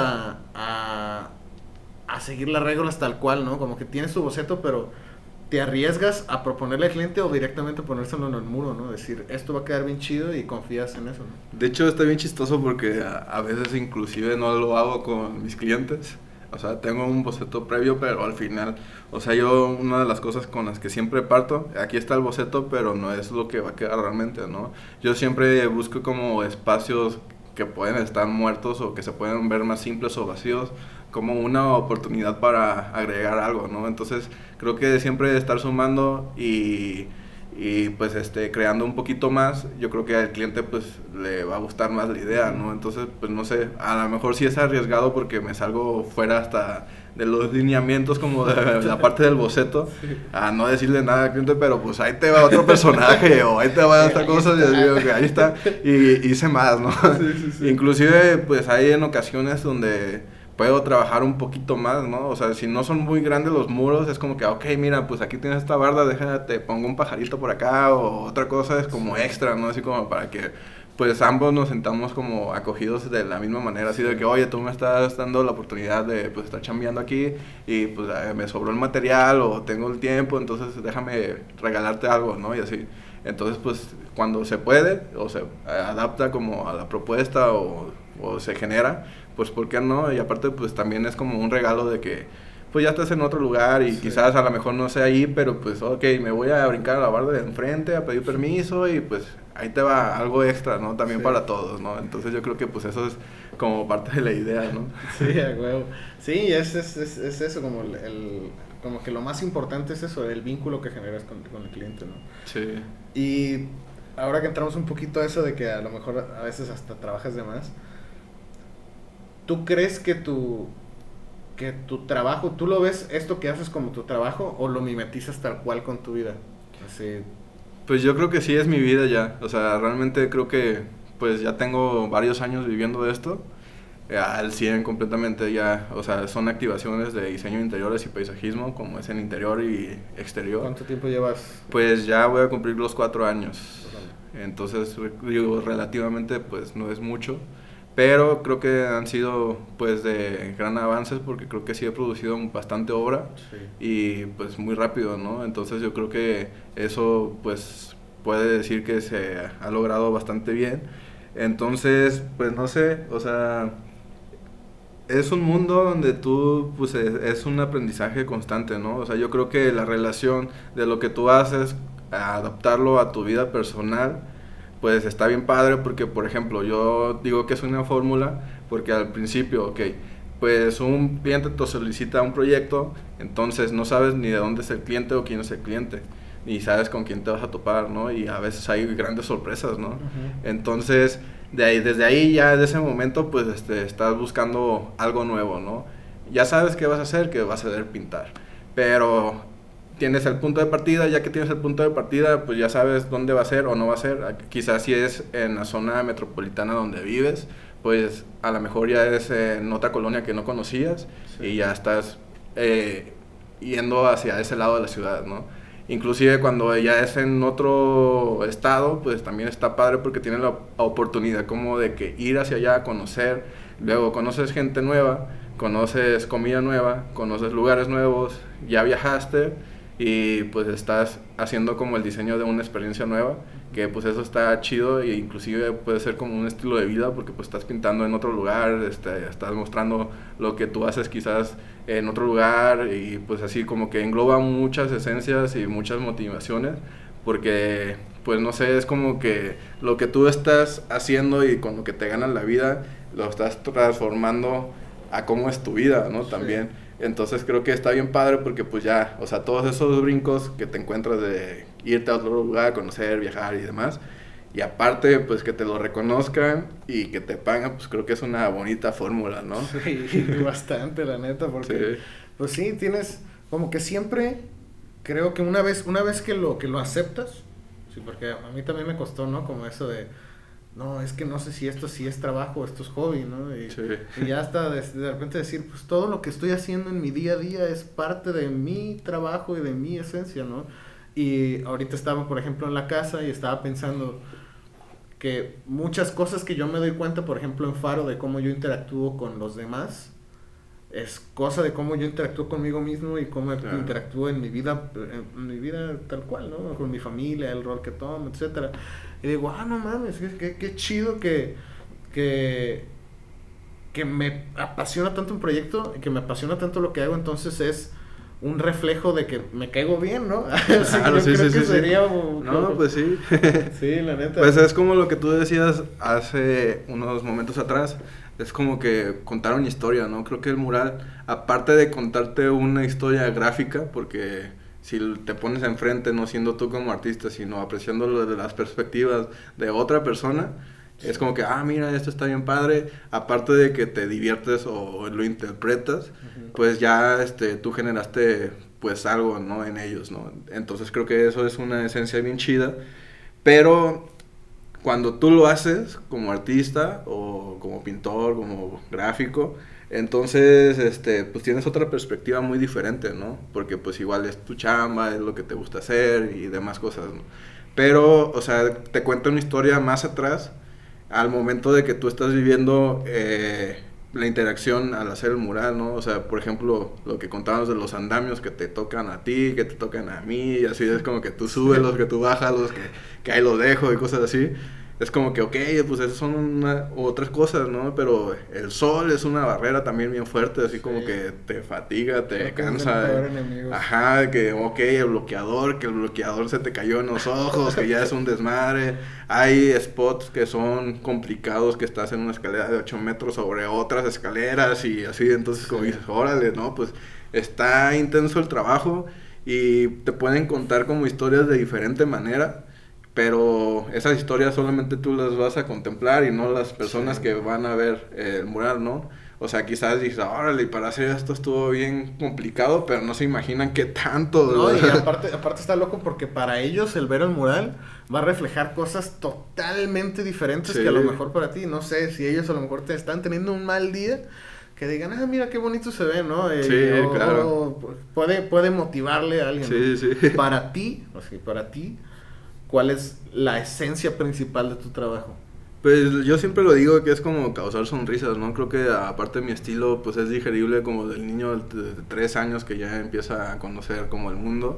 a seguir las reglas tal cual, ¿no? Como que tienes tu boceto, pero te arriesgas a proponerle al cliente o directamente ponérselo en el muro, ¿no? Decir, esto va a quedar bien chido y confías en eso, ¿no? De hecho, está bien chistoso porque a veces inclusive no lo hago con mis clientes. O sea, tengo un boceto previo, pero al final, o sea, yo una de las cosas con las que siempre parto, aquí está el boceto, pero no es lo que va a quedar realmente, ¿no? Yo siempre busco como espacios que pueden estar muertos o que se pueden ver más simples o vacíos, como una oportunidad para agregar algo, ¿no? Entonces, creo que siempre estar sumando y pues creando un poquito más, yo creo que al cliente pues le va a gustar más la idea, ¿no? Entonces, pues no sé, a lo mejor sí es arriesgado porque me salgo fuera hasta de los lineamientos como de la parte del boceto, sí, a no decirle nada al cliente, pero pues ahí te va otro personaje o ahí te va esta cosa, y yo digo que ahí está, y hice más, ¿no? Sí. Inclusive pues hay en ocasiones donde puedo trabajar un poquito más, ¿no? O sea, si no son muy grandes los muros, es como que, ok, mira, pues aquí tienes esta barda, déjate, pongo un pajarito por acá, o otra cosa es como extra, ¿no? Así como para que, pues, ambos nos sentamos como acogidos de la misma manera, así de que, oye, tú me estás dando la oportunidad de, pues, estar chambeando aquí, y, pues, me sobró el material, o tengo el tiempo, entonces déjame regalarte algo, ¿no? Y así. Entonces, pues, cuando se puede, o se adapta como a la propuesta, o se genera, pues ¿por qué no? Y aparte pues también es como un regalo de que pues ya estás en otro lugar y sí, quizás a lo mejor no sea ahí, pero pues ok, me voy a brincar a la barda de enfrente a pedir permiso y pues ahí te va algo extra, ¿no? También sí, para todos, ¿no? Entonces yo creo que pues eso es como parte de la idea, ¿no? Sí, a huevo. Sí, es eso, como como que lo más importante es eso, el vínculo que generas con el cliente, ¿no? Sí. Y ahora que entramos un poquito a eso de que a lo mejor a veces hasta trabajas de más, ¿tú crees que tu trabajo, tú lo ves esto que haces como tu trabajo o lo mimetizas tal cual con tu vida? Así. Pues yo creo que sí es mi vida ya, o sea, realmente creo que pues ya tengo varios años viviendo de esto, al 100 completamente ya, o sea, son activaciones de diseño de interiores y paisajismo, como es en interior y exterior. ¿Cuánto tiempo llevas? Pues ya voy a cumplir los 4 años, entonces digo, relativamente pues no es mucho. Pero creo que han sido pues de gran avances porque creo que sí he producido bastante obra, sí, y pues muy rápido, ¿no? Entonces yo creo que eso pues puede decir que se ha logrado bastante bien. Entonces pues no sé, o sea, es un mundo donde tú pues es un aprendizaje constante, ¿no? O sea, yo creo que la relación de lo que tú haces, adaptarlo a tu vida personal, pues está bien padre porque, por ejemplo, yo digo que es una fórmula porque al principio, ok, pues un cliente te solicita un proyecto, entonces no sabes ni de dónde es el cliente o quién es el cliente, ni sabes con quién te vas a topar, ¿no? Y a veces hay grandes sorpresas, ¿no? Uh-huh. Entonces, desde ahí ya, de ese momento, pues estás buscando algo nuevo, ¿no? Ya sabes qué vas a hacer, que vas a hacer pintar, pero tienes el punto de partida, ya que tienes el punto de partida, pues ya sabes dónde va a ser o no va a ser. Quizás si es en la zona metropolitana donde vives, pues a lo mejor ya es en otra colonia que no conocías, sí, y ya estás yendo hacia ese lado de la ciudad, ¿no? Inclusive cuando ya es en otro estado, pues también está padre porque tienes la oportunidad como de que ir hacia allá, conocer, luego conoces gente nueva, conoces comida nueva, conoces lugares nuevos, ya viajaste y pues estás haciendo como el diseño de una experiencia nueva, que pues eso está chido e inclusive puede ser como un estilo de vida porque pues estás pintando en otro lugar, estás mostrando lo que tú haces quizás en otro lugar y pues así como que engloba muchas esencias y muchas motivaciones porque pues no sé, es como que lo que tú estás haciendo y con lo que te ganas la vida lo estás transformando a cómo es tu vida, ¿no? Sí. También. Entonces creo que está bien padre porque pues ya, o sea, todos esos brincos que te encuentras de irte a otro lugar, conocer, viajar y demás, y aparte pues que te lo reconozcan y que te pagan, pues creo que es una bonita fórmula, ¿no? Sí, bastante, la neta, porque, Sí. pues sí, tienes, como que siempre, creo que una vez que lo aceptas, sí, porque a mí también me costó, ¿no? Como eso de, no, es que no sé si esto sí es trabajo o esto es hobby, ¿no? Sí. Y ya hasta de repente decir, pues todo lo que estoy haciendo en mi día a día es parte de mi trabajo y de mi esencia, ¿no? Y ahorita estaba, por ejemplo, en la casa y estaba pensando que muchas cosas que yo me doy cuenta, por ejemplo, en Faro, de cómo yo interactúo con los demás, es cosa de cómo yo interactúo conmigo mismo y cómo Claro. interactúo en mi vida tal cual, ¿no? Con mi familia, el rol que tomo, etcétera. Y digo, no mames, qué chido que, que me apasiona tanto un proyecto y que me apasiona tanto lo que hago, entonces es un reflejo de que me caigo bien, ¿no? Así Claro, yo sí, creo sí, que sí, sí. sería No, pues sí. sí, la neta. Pues es como lo que tú decías hace unos momentos atrás, es como que contar una historia, ¿no? Creo que el mural, aparte de contarte una historia gráfica, porque si te pones enfrente, no siendo tú como artista, sino apreciándolo desde las perspectivas de otra persona, es como que, mira, esto está bien padre, aparte de que te diviertes o lo interpretas, pues ya tú generaste pues algo, ¿no? En ellos, ¿no? Entonces creo que eso es una esencia bien chida, pero cuando tú lo haces como artista o como pintor, como gráfico, entonces pues tienes otra perspectiva muy diferente, ¿no? Porque pues igual es tu chamba, es lo que te gusta hacer y demás cosas, ¿no? Pero, o sea, te cuenta una historia más atrás al momento de que tú estás viviendo la interacción al hacer el mural, ¿no? O sea, por ejemplo, lo que contábamos de los andamios que te tocan a ti, que te tocan a mí, y así es como que tú subes los, que tú bajas los, que ahí los dejo y cosas así. Es como que, ok, pues esas son otras cosas, ¿no? Pero el sol es una barrera también bien fuerte, así como que te fatiga, te Creo que es el cansa. peor enemigo. Ajá, que, ok, que el bloqueador se te cayó en los ojos, que ya es un desmadre. Hay spots que son complicados, que estás en una escalera de 8 metros sobre otras escaleras y así, entonces como dices, órale, ¿no? Pues está intenso el trabajo y te pueden contar como historias de diferente manera, pero esas historias solamente tú las vas a contemplar y no las personas que van a ver el mural, ¿no? O sea, quizás dices, órale, para hacer esto estuvo bien complicado, pero no se imaginan qué tanto. No, y aparte está loco porque para ellos el ver el mural va a reflejar cosas totalmente diferentes Sí. que a lo mejor para ti. No sé, si ellos a lo mejor te están teniendo un mal día, que digan, mira qué bonito se ve, ¿no? Sí, claro. Puede motivarle a alguien. Sí, ¿no? sí. Para ti, o sea, para ti, ¿cuál es la esencia principal de tu trabajo? Pues yo siempre lo digo que es como causar sonrisas, ¿no? Creo que aparte mi estilo pues es digerible como del niño de 3 años que ya empieza a conocer como el mundo,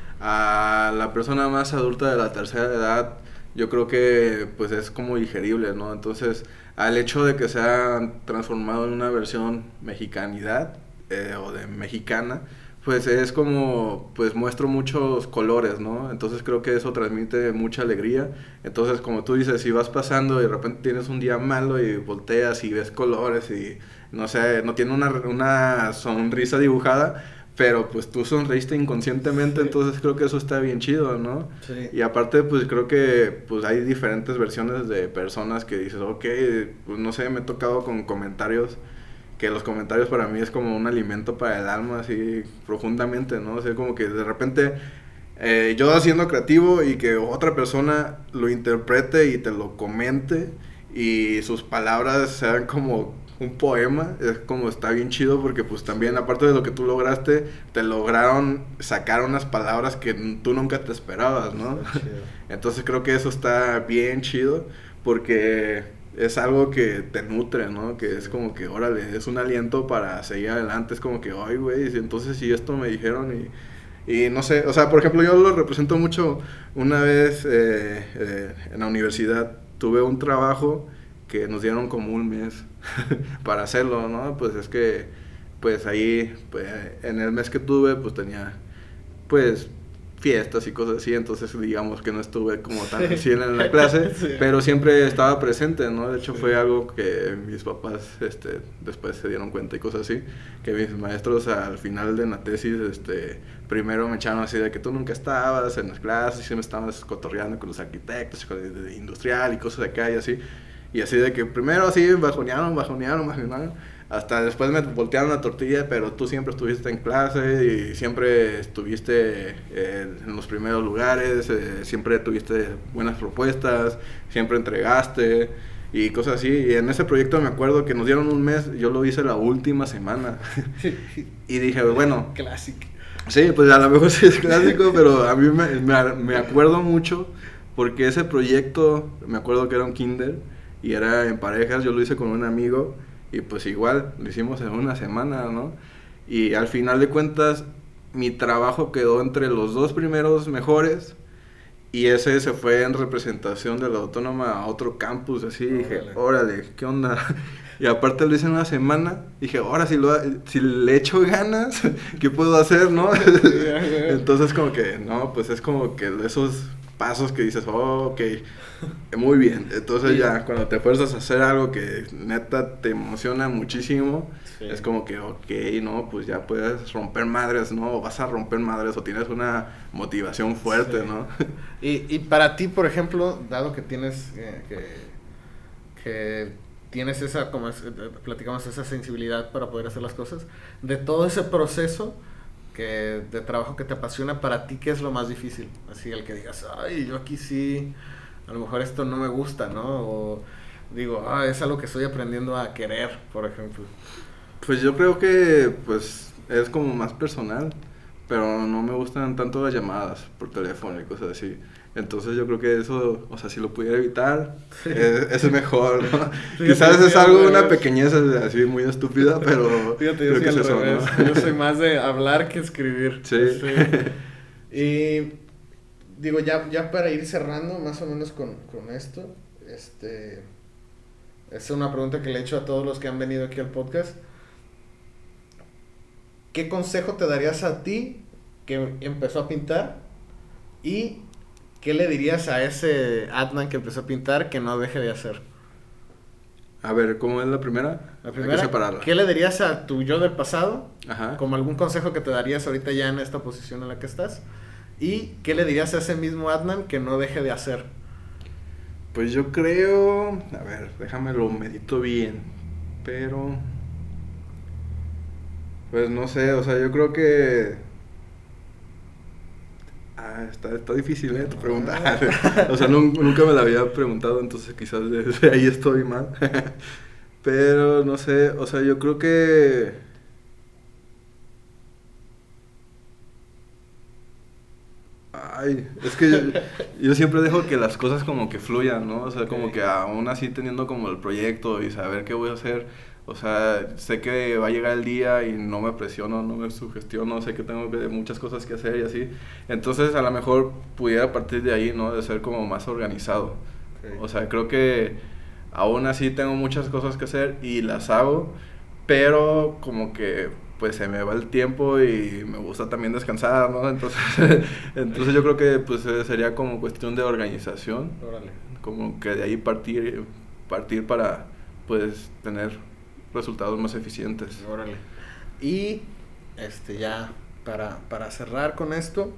a la persona más adulta de la tercera edad. Yo creo que pues es como digerible, ¿no? Entonces al hecho de que se ha transformado en una versión mexicanidad o de mexicana, pues es como, pues muestro muchos colores, ¿no? Entonces creo que eso transmite mucha alegría. Entonces, como tú dices, si vas pasando y de repente tienes un día malo y volteas y ves colores y, no sé, no tiene una sonrisa dibujada, pero pues tú sonreíste inconscientemente, entonces creo que eso está bien chido, ¿no? Sí. Y aparte, pues creo que pues hay diferentes versiones de personas que dices, ok, pues no sé, me he tocado con comentarios que los comentarios para mí es como un alimento para el alma, así profundamente, ¿no? O sea, como que de repente yo siendo creativo y que otra persona lo interprete y te lo comente y sus palabras sean como un poema, es como está bien chido porque pues también aparte de lo que tú lograste, te lograron sacar unas palabras que tú nunca te esperabas, ¿no? Entonces creo que eso está bien chido porque es algo que te nutre, ¿no? Que es como que, órale, es un aliento para seguir adelante. Es como que, ay, güey, entonces si esto me dijeron y no sé, o sea, por ejemplo, yo lo represento mucho. Una vez en la universidad tuve un trabajo que nos dieron como un mes para hacerlo, ¿no? Pues es que, pues ahí, pues, en el mes que tuve, pues tenía, pues, fiestas y cosas así, entonces digamos que no estuve como tan así en la clase, Sí. pero siempre estaba presente, ¿no? De hecho Sí. fue algo que mis papás después se dieron cuenta y cosas así, que mis maestros al final de la tesis primero me echaron así de que tú nunca estabas en las clases, y siempre estabas cotorreando con los arquitectos, con el industrial y cosas de acá y así. Y así de que primero así bajonearon, hasta después me voltearon la tortilla, pero tú siempre estuviste en clase y siempre estuviste en los primeros lugares, siempre tuviste buenas propuestas, siempre entregaste y cosas así. Y en ese proyecto me acuerdo que nos dieron un mes, yo lo hice la última semana. Y dije, bueno... Clásico. Sí, pues a lo mejor sí es clásico, pero a mí me acuerdo mucho porque ese proyecto, me acuerdo que era un kinder y era en parejas, yo lo hice con un amigo y pues igual lo hicimos en una semana, ¿no? Y al final de cuentas mi trabajo quedó entre los 2 primeros mejores y ese se fue en representación de la autónoma a otro campus, así, dije, órale, ¿qué onda? Y aparte lo hice en una semana, dije, ahora si le echo ganas, ¿qué puedo hacer, no? Entonces como que, no, pues es como que esos pasos que dices, oh, ok, muy bien. Entonces ya, cuando te fuerzas a hacer algo que neta te emociona muchísimo, sí. Es como que, ok, no, pues ya puedes romper madres, ¿no? O vas a romper madres o tienes una motivación fuerte, sí. ¿No? Y para ti, por ejemplo, dado que tienes que tienes esa, como platicamos, esa sensibilidad para poder hacer las cosas, de todo ese proceso de trabajo que te apasiona, para ti, ¿qué es lo más difícil? Así, el que digas, ay, yo aquí sí, a lo mejor esto no me gusta, ¿no? O digo, es algo que estoy aprendiendo a querer, por ejemplo. Pues yo creo que, pues, es como más personal, pero no me gustan tanto las llamadas por teléfono y cosas así. Entonces yo creo que eso, o sea, si lo pudiera evitar, es mejor, ¿no? Sí, quizás es algo, una pequeñez así muy estúpida, pero fíjate, yo, que es eso, ¿no? Yo soy más de hablar que escribir. Sí. Y digo, ya para ir cerrando más o menos con esto, es una pregunta que le he hecho a todos los que han venido aquí al podcast. ¿Qué consejo te darías a ti que empezó a pintar? ¿Y qué le dirías a ese Adnan que empezó a pintar que no deje de hacer? A ver, ¿cómo es la primera? La primera, hay que separarla. ¿Qué le dirías a tu yo del pasado? Ajá. Como algún consejo que te darías ahorita ya en esta posición en la que estás. ¿Y qué le dirías a ese mismo Adnan que no deje de hacer? Pues yo creo... A ver, déjame lo medito bien. Pero... Pues no sé, o sea, yo creo que... Está difícil, tu pregunta. O sea, nunca me la había preguntado, entonces quizás desde ahí estoy mal. Pero no sé, o sea, yo creo que... Ay, es que yo siempre dejo que las cosas como que fluyan, ¿no? O sea, como que aún así teniendo como el proyecto y saber qué voy a hacer, o sea, sé que va a llegar el día y no me presiono, no me sugestiono, sé que tengo muchas cosas que hacer y así. Entonces, a lo mejor pudiera partir de ahí, ¿no? De ser como más organizado. Okay. O sea, creo que aún así tengo muchas cosas que hacer y las hago, pero como que pues se me va el tiempo y me gusta también descansar, ¿no? Entonces yo creo que pues sería como cuestión de organización. Órale. Como que de ahí partir para pues tener resultados más eficientes. Órale. Y ya para cerrar con esto,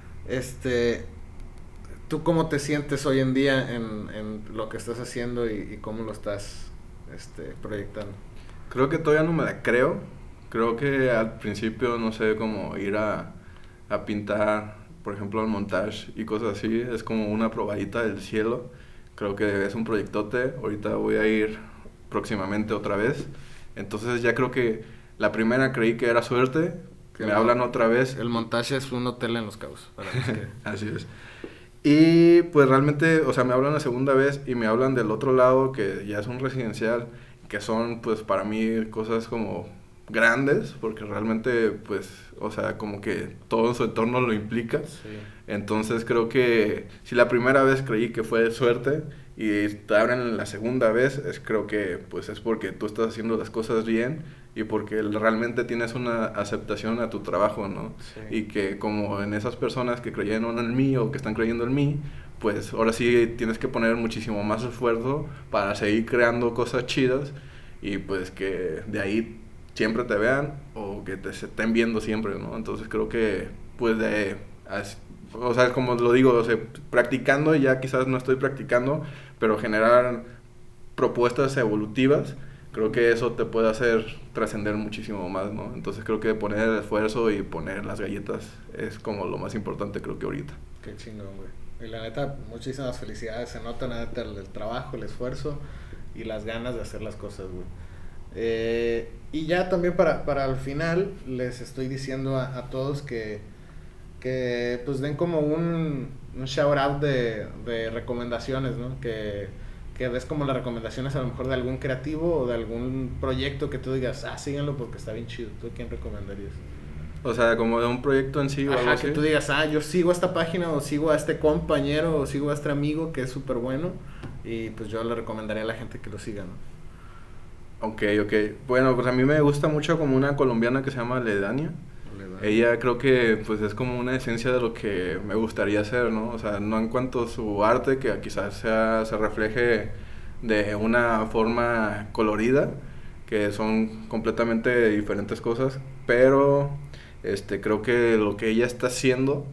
¿tú cómo te sientes hoy en día en lo que estás haciendo y cómo lo estás proyectando? Creo que todavía no me la creo. Creo que al principio, no sé, como ir a pintar, por ejemplo, el montage y cosas así, es como una probadita del cielo. Creo que es un proyectote. Ahorita voy a ir próximamente otra vez. Entonces ya creo que la primera creí que era suerte. Me hablan otra vez. El montaje es un hotel en Los Cabos. Así es. Y pues realmente, o sea, me hablan la segunda vez y me hablan del otro lado, que ya es un residencial, que son pues para mí cosas como grandes, porque realmente, pues, o sea, como que todo su entorno lo implica. Sí. Entonces creo que si la primera vez creí que fue suerte y te abren la segunda vez, creo que pues es porque tú estás haciendo las cosas bien y porque realmente tienes una aceptación a tu trabajo, ¿no? Sí. Y que como en esas personas que creyeron en mí o que están creyendo en mí, pues ahora sí tienes que poner muchísimo más esfuerzo para seguir creando cosas chidas y pues que de ahí siempre te vean o que te se estén viendo siempre, ¿no? Entonces creo que pues o sea, como lo digo, o sea, practicando, ya quizás no estoy practicando, pero generar propuestas evolutivas, creo que eso te puede hacer trascender muchísimo más, ¿no? Entonces creo que poner el esfuerzo y poner las galletas es como lo más importante, creo que ahorita. Qué chingón, güey. Y la neta, muchísimas felicidades. Se nota, la neta, el trabajo, el esfuerzo y las ganas de hacer las cosas, güey. Y ya también para el final, les estoy diciendo a todos que pues den como un shout out de recomendaciones, ¿no? Que des como las recomendaciones a lo mejor de algún creativo o de algún proyecto que tú digas, síganlo porque está bien chido. ¿Tú a quién recomendarías? O sea, como de un proyecto en sí o algo así. Que tú digas, yo sigo a esta página o sigo a este compañero o sigo a este amigo que es súper bueno y pues yo le recomendaría a la gente que lo siga, ¿no? Ok. Bueno, pues a mí me gusta mucho como una colombiana que se llama Ledania. Ella creo que pues es como una esencia de lo que me gustaría hacer, ¿no? O sea, no en cuanto a su arte, que quizás se refleje de una forma colorida, que son completamente diferentes cosas, pero creo que lo que ella está haciendo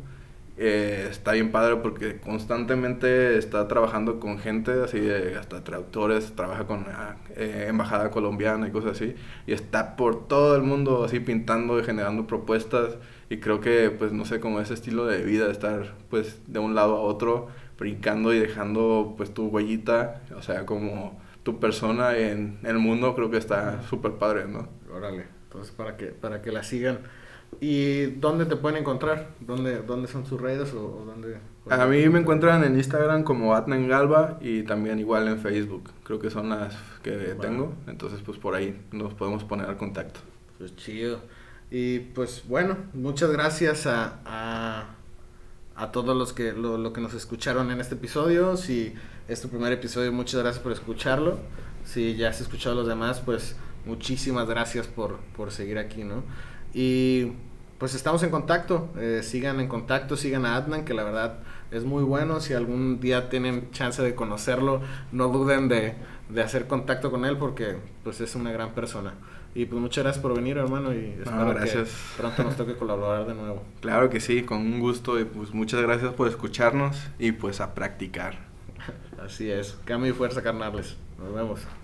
está bien padre porque constantemente está trabajando con gente, así de, hasta traductores, trabaja con embajada colombiana y cosas así, y está por todo el mundo así pintando y generando propuestas, y creo que pues no sé, como ese estilo de vida, de estar pues de un lado a otro, brincando y dejando pues tu huellita, o sea, como tu persona en el mundo, creo que está súper padre, ¿no? Órale, entonces para que la sigan. ¿Y dónde te pueden encontrar? ¿Dónde son sus redes o dónde? A mí me encuentran en Instagram como Adnan Galva y también igual en Facebook. Creo que son las que tengo. Entonces, pues por ahí nos podemos poner al contacto. Pues chido. Y pues bueno, muchas gracias a todos los que lo que nos escucharon en este episodio. Si es tu primer episodio, muchas gracias por escucharlo. Si ya has escuchado los demás, pues muchísimas gracias por seguir aquí, ¿no? Y pues estamos en contacto, sigan en contacto, sigan a Adnan, que la verdad es muy bueno. Si algún día tienen chance de conocerlo, no duden de hacer contacto con él porque pues es una gran persona. Y pues muchas gracias por venir, hermano, y espero que pronto nos toque colaborar de nuevo. Claro que sí, con un gusto, y pues muchas gracias por escucharnos y pues a practicar. Así es, cambio y fuerza, carnales. Nos vemos.